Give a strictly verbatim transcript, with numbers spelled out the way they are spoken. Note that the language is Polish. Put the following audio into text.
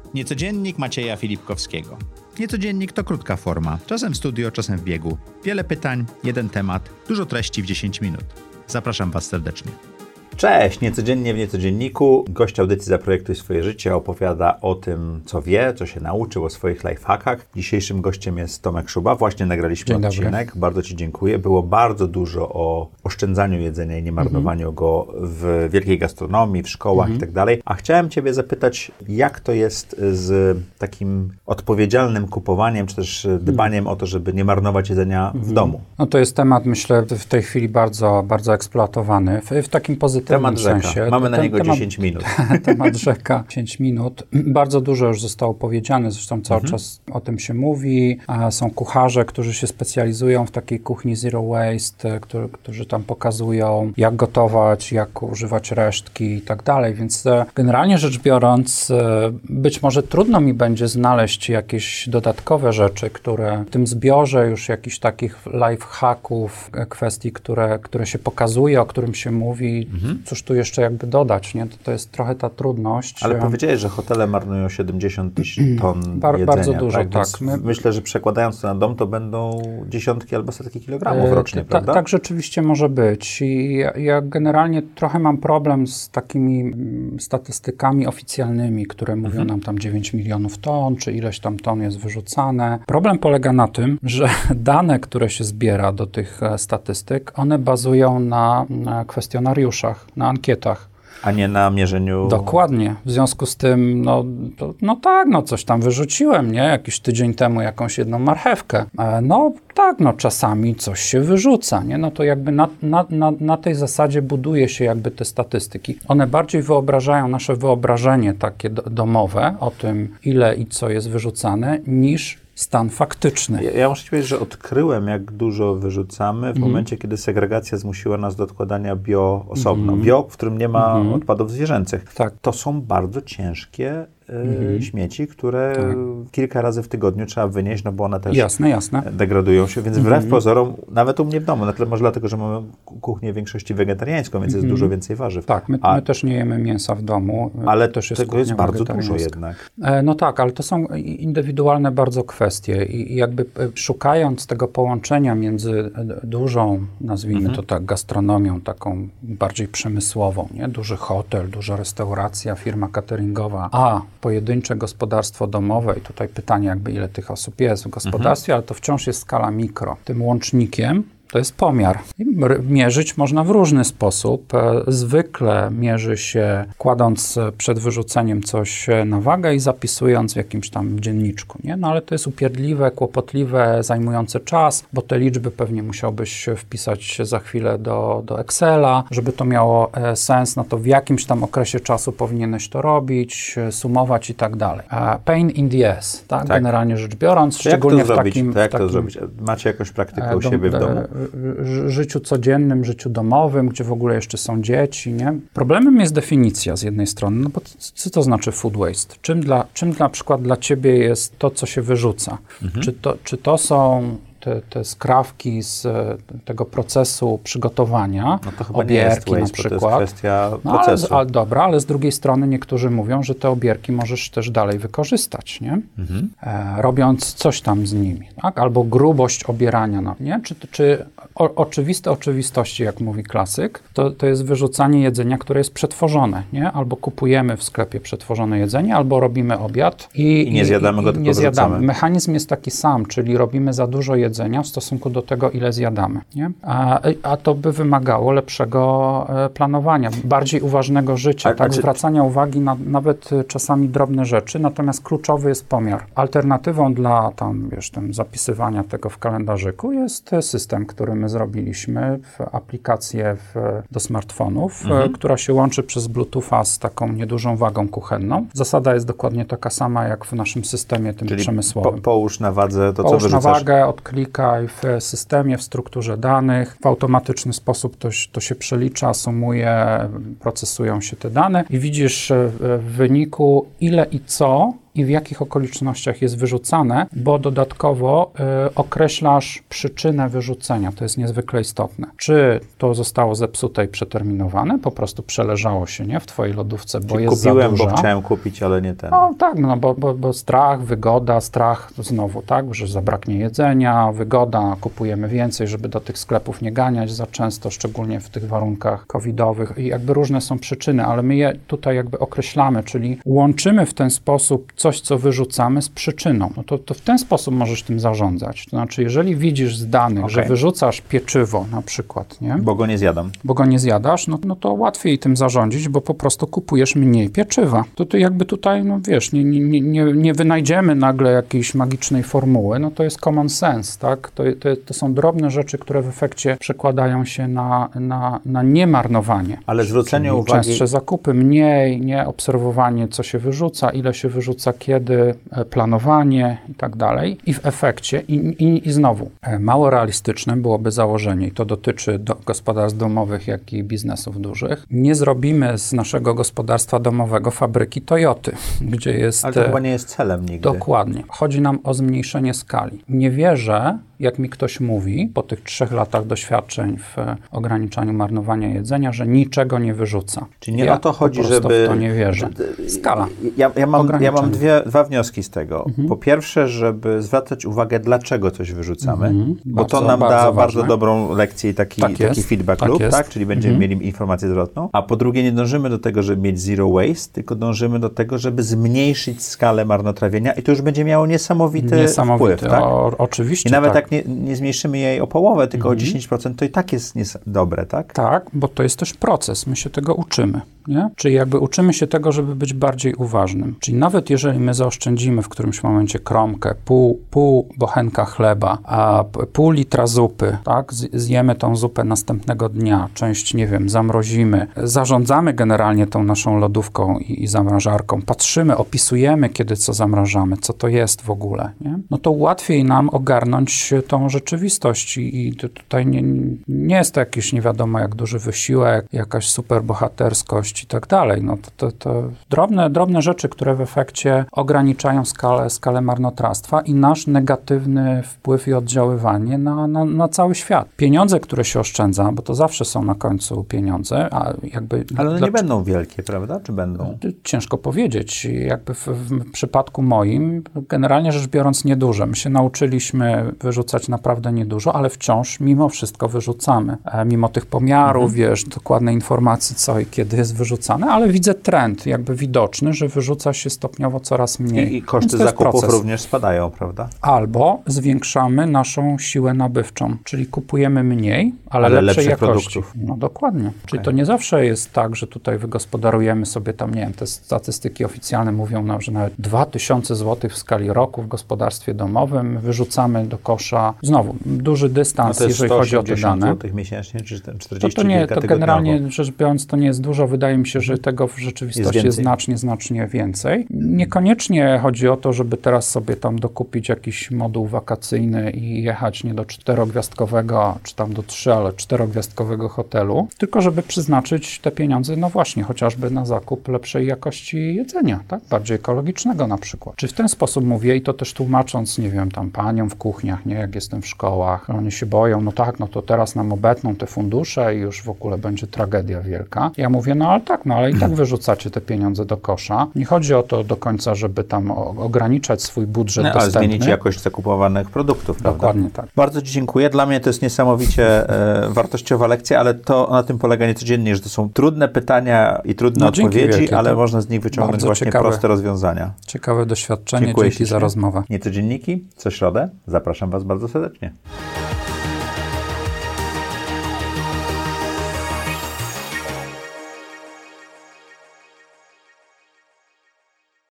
Niecodziennik Macieja Filipkowskiego. Niecodziennik to krótka forma, czasem w studio, czasem w biegu. Wiele pytań, jeden temat, dużo treści w dziesięć minut. Zapraszam Was serdecznie. Cześć! Niecodziennie w Niecodzienniku gość audycji Zaprojektuj swoje życie opowiada o tym, co wie, co się nauczył, o swoich lifehackach. Dzisiejszym gościem jest Tomek Szuba. Właśnie nagraliśmy Dzień odcinek. Dobry. Bardzo Ci dziękuję. Było bardzo dużo o oszczędzaniu jedzenia i nie marnowaniu mm-hmm. go w wielkiej gastronomii, w szkołach mm-hmm. i tak dalej. A chciałem Ciebie zapytać, jak to jest z takim odpowiedzialnym kupowaniem, czy też dbaniem mm-hmm. o to, żeby nie marnować jedzenia mm-hmm. w domu? No to jest temat, myślę, w tej chwili bardzo, bardzo eksploatowany. W, w takim pozytywnym Temat rzeka. sensie. Mamy na ten, niego temat, dziesięć minut. Temat rzeka, dziesięć minut. Bardzo dużo już zostało powiedziane, zresztą cały mhm. czas o tym się mówi. Są kucharze, którzy się specjalizują w takiej kuchni zero waste, którzy, którzy tam pokazują, jak gotować, jak używać resztki i tak dalej, więc generalnie rzecz biorąc, być może trudno mi będzie znaleźć jakieś dodatkowe rzeczy, które w tym zbiorze już jakichś takich lifehacków, kwestii, które, które się pokazuje, o którym się mówi. Mhm. Cóż tu jeszcze jakby dodać, nie? To, to jest trochę ta trudność. Ale powiedziałeś, że hotele marnują siedemdziesiąt tysięcy ton Bar, jedzenia. Bardzo dużo, tak. tak. My... Myślę, że przekładając to na dom, to będą dziesiątki albo setki kilogramów rocznie, ta, prawda? Tak rzeczywiście może być. I ja, ja generalnie trochę mam problem z takimi mm, statystykami oficjalnymi, które mówią mhm. nam tam dziewięć milionów ton, czy ileś tam ton jest wyrzucane. Problem polega na tym, że dane, które się zbiera do tych statystyk, one bazują na, na kwestionariuszach, na ankietach. A nie na mierzeniu... Dokładnie. W związku z tym, no, to, no tak, no coś tam wyrzuciłem, nie? Jakiś tydzień temu jakąś jedną marchewkę. E, no tak, no czasami coś się wyrzuca, nie? No to jakby na, na, na, na tej zasadzie buduje się jakby te statystyki. One bardziej wyobrażają nasze wyobrażenie takie do, domowe o tym, ile i co jest wyrzucane, niż stan faktyczny. Ja, ja muszę ci powiedzieć, że odkryłem, jak dużo wyrzucamy w mm. momencie, kiedy segregacja zmusiła nas do odkładania bio osobno. Mm. Bio, w którym nie ma mm. odpadów zwierzęcych. Tak. To są bardzo ciężkie y, mm. śmieci, które tak. kilka razy w tygodniu trzeba wynieść, no bo one też jasne, jasne. degradują się, więc wbrew mm. pozorom, nawet u mnie w domu, na tyle może dlatego, że mamy kuchnię w większości wegetariańską, więc mm. jest dużo więcej warzyw. Tak, my, A, my też nie jemy mięsa w domu. Ale też jest tego jest bardzo dużo jednak. E, no tak, ale to są indywidualne bardzo kwestie. I jakby szukając tego połączenia między dużą, nazwijmy mhm. to tak, gastronomią, taką bardziej przemysłową, nie? Duży hotel, duża restauracja, firma cateringowa, a pojedyncze gospodarstwo domowe, i tutaj pytanie jakby ile tych osób jest w gospodarstwie, mhm. ale to wciąż jest skala mikro. Tym łącznikiem to jest pomiar. Mierzyć można w różny sposób. Zwykle mierzy się kładąc przed wyrzuceniem coś na wagę i zapisując w jakimś tam dzienniczku, nie? No ale to jest upierdliwe, kłopotliwe, zajmujące czas, bo te liczby pewnie musiałbyś wpisać za chwilę do, do Excela. Żeby to miało sens, no to w jakimś tam okresie czasu powinieneś to robić, sumować i tak dalej. Pain in the ass, tak? Tak. Generalnie rzecz biorąc, to szczególnie jak to w zrobić? takim... To jak w takim, to zrobić? Macie jakąś praktykę u siebie w domu? życiu codziennym, życiu domowym, gdzie w ogóle jeszcze są dzieci, nie? Problemem jest definicja z jednej strony, no bo co to znaczy food waste? Czym, dla, czym na przykład dla ciebie jest to, co się wyrzuca? Mhm. Czy, to, czy to są te, te skrawki z tego procesu przygotowania, no to chyba obierki nie jest waste, na przykład. To jest kwestia no, procesu. Ale, ale dobra, ale z drugiej strony niektórzy mówią, że te obierki możesz też dalej wykorzystać, nie? Mhm. E, robiąc coś tam z nimi, tak? Albo grubość obierania, no, nie? Czy, czy o, oczywiste oczywistości, jak mówi klasyk, to, to jest wyrzucanie jedzenia, które jest przetworzone, nie? Albo kupujemy w sklepie przetworzone jedzenie, albo robimy obiad i, I nie zjadamy go, i, tylko nie zjadamy. wyrzucamy. Mechanizm jest taki sam, czyli robimy za dużo jedzenia w stosunku do tego, ile zjadamy, nie? A, a to by wymagało lepszego e, planowania, bardziej uważnego życia, a, tak? a czy... Zwracania uwagi na nawet czasami drobne rzeczy, natomiast kluczowy jest pomiar. Alternatywą dla tam, wiesz, tam zapisywania tego w kalendarzyku jest system, który my zrobiliśmy, w aplikację w, do smartfonów, mhm. e, która się łączy przez Bluetootha z taką niedużą wagą kuchenną. Zasada jest dokładnie taka sama, jak w naszym systemie tym Czyli przemysłowym. Po, połóż na wadze to, połóż co wyrzucasz. Połóż na wagę, odklikaj w systemie, w strukturze danych. W automatyczny sposób to, to się przelicza, sumuje, procesują się te dane i widzisz w wyniku ile i co i w jakich okolicznościach jest wyrzucane, bo dodatkowo y, określasz przyczynę wyrzucenia. To jest niezwykle istotne. Czy to zostało zepsute i przeterminowane, po prostu przeleżało się, nie, w twojej lodówce, bo Czyli jest kupiłem, za duża. bo chciałem kupić, ale nie ten. No tak, no bo, bo, bo strach, wygoda, strach znowu, tak, że zabraknie jedzenia, wygoda, kupujemy więcej, żeby do tych sklepów nie ganiać za często, szczególnie w tych warunkach covidowych i jakby różne są przyczyny, ale my je tutaj jakby określamy, czyli łączymy w ten sposób coś, co wyrzucamy z przyczyną. No to, to w ten sposób możesz tym zarządzać. To znaczy, jeżeli widzisz z danych, okay. że wyrzucasz pieczywo na przykład, nie? Bo go nie zjadam. Bo go nie zjadasz, no, no to łatwiej tym zarządzić, bo po prostu kupujesz mniej pieczywa. To ty jakby tutaj, no wiesz, nie, nie, nie, nie wynajdziemy nagle jakiejś magicznej formuły, no to jest common sense, tak? To, to, to są drobne rzeczy, które w efekcie przekładają się na, na, na niemarnowanie. Ale zwrócenie Czyli uwagi... częstsze zakupy, mniej, nie obserwowanie, co się wyrzuca, ile się wyrzuca, kiedy, planowanie i tak dalej. I w efekcie, i, i, i znowu, mało realistyczne byłoby założenie, i to dotyczy do gospodarstw domowych, jak i biznesów dużych. Nie zrobimy z naszego gospodarstwa domowego fabryki Toyoty, gdzie jest... Ale to chyba nie jest celem nigdy. Dokładnie. Chodzi nam o zmniejszenie skali. Nie wierzę, jak mi ktoś mówi, po tych trzech latach doświadczeń w ograniczaniu marnowania jedzenia, że niczego nie wyrzuca. Czyli nie ja o to chodzi, po prostu żeby... w to nie wierzę. Skala. Ja, ja, mam, ja mam dwie, dwa wnioski z tego. Mhm. Po pierwsze, żeby zwracać uwagę, dlaczego coś wyrzucamy, mhm. bo bardzo, to nam bardzo da ważne. bardzo dobrą lekcję i taki, tak taki feedback tak loop, tak? Czyli będziemy mhm. mieli informację zwrotną. A po drugie, nie dążymy do tego, żeby mieć zero waste, tylko dążymy do tego, żeby zmniejszyć skalę marnotrawienia i to już będzie miało niesamowity, niesamowity wpływ. Tak? O, oczywiście I nawet tak. jak nie, nie zmniejszymy jej o połowę, tylko mhm. o dziesięć procent, to i tak jest nies- dobre, tak? Tak, bo to jest też proces. My się tego uczymy. Nie? Czyli jakby uczymy się tego, żeby być bardziej uważnym. Czyli nawet jeżeli my zaoszczędzimy w którymś momencie kromkę, pół, pół bochenka chleba, a pół litra zupy, tak? Zjemy tą zupę następnego dnia, część, nie wiem, zamrozimy, zarządzamy generalnie tą naszą lodówką i, i zamrażarką, patrzymy, opisujemy, kiedy co zamrażamy, co to jest w ogóle, nie? No to łatwiej nam ogarnąć tą rzeczywistość i, i tutaj nie, nie jest to jakiś nie wiadomo jak duży wysiłek, jakaś super bohaterskość i tak dalej. No to, to, to drobne, drobne rzeczy, które w efekcie ograniczają skalę, skalę marnotrawstwa i nasz negatywny wpływ i oddziaływanie na, na, na cały świat. Pieniądze, które się oszczędza, bo to zawsze są na końcu pieniądze, a jakby... Ale one dla... nie będą wielkie, prawda? Czy będą? Ciężko powiedzieć. Jakby w, w przypadku moim, generalnie rzecz biorąc nieduże. My się nauczyliśmy wyrzucać naprawdę niedużo, ale wciąż mimo wszystko wyrzucamy. E, mimo tych pomiarów, mhm. wiesz, dokładnej informacji, co i kiedy jest wyrzucane, ale widzę trend jakby widoczny, że wyrzuca się stopniowo coraz mniej. I, i koszty zakupów również spadają, prawda? Albo zwiększamy naszą siłę nabywczą, czyli kupujemy mniej, ale, ale lepszej jakości. Produktów. No dokładnie. Okay. Czyli to nie zawsze jest tak, że tutaj wygospodarujemy sobie tam, nie wiem, te statystyki oficjalne mówią nam, że nawet dwa tysiące złotych w skali roku w gospodarstwie domowym wyrzucamy do kosza. Znowu, duży dystans, no jeżeli chodzi o te dane. złotych miesięcznie, czy czterdzieści to, to nie, to generalnie rzecz biorąc, to nie jest dużo. Wydaje mi się, że tego w rzeczywistości jest, jest znacznie, znacznie więcej. Niekoniecznie chodzi o to, żeby teraz sobie tam dokupić jakiś moduł wakacyjny i jechać nie do czterogwiazdkowego, czy tam do trzy, ale czterogwiazdkowego hotelu, tylko żeby przeznaczyć te pieniądze, no właśnie, chociażby na zakup lepszej jakości jedzenia, tak? Bardziej ekologicznego na przykład. Czy w ten sposób mówię i to też tłumacząc, nie wiem, tam paniom w kuchniach, nie, jak jestem w szkołach, oni się boją, no tak, no to teraz nam obetną te fundusze i już w ogóle będzie tragedia wielka. Ja mówię, no ale tak, no ale i tak wyrzucacie te pieniądze do kosza. Nie chodzi o to do końca, żeby tam ograniczać swój budżet no, dostępny. Ale zmienić jakość zakupowanych produktów, prawda? Dokładnie tak. Bardzo Ci dziękuję. Dla mnie to jest niesamowicie e, wartościowa lekcja, ale to na tym polega niecodziennie, że to są trudne pytania i trudne no, odpowiedzi, wielkie, ale można z nich wyciągnąć właśnie ciekawe, proste rozwiązania. Ciekawe doświadczenie. Dziękuję dzięki za rozmowę. Niecodzienniki co środę. Zapraszam Was bardzo serdecznie.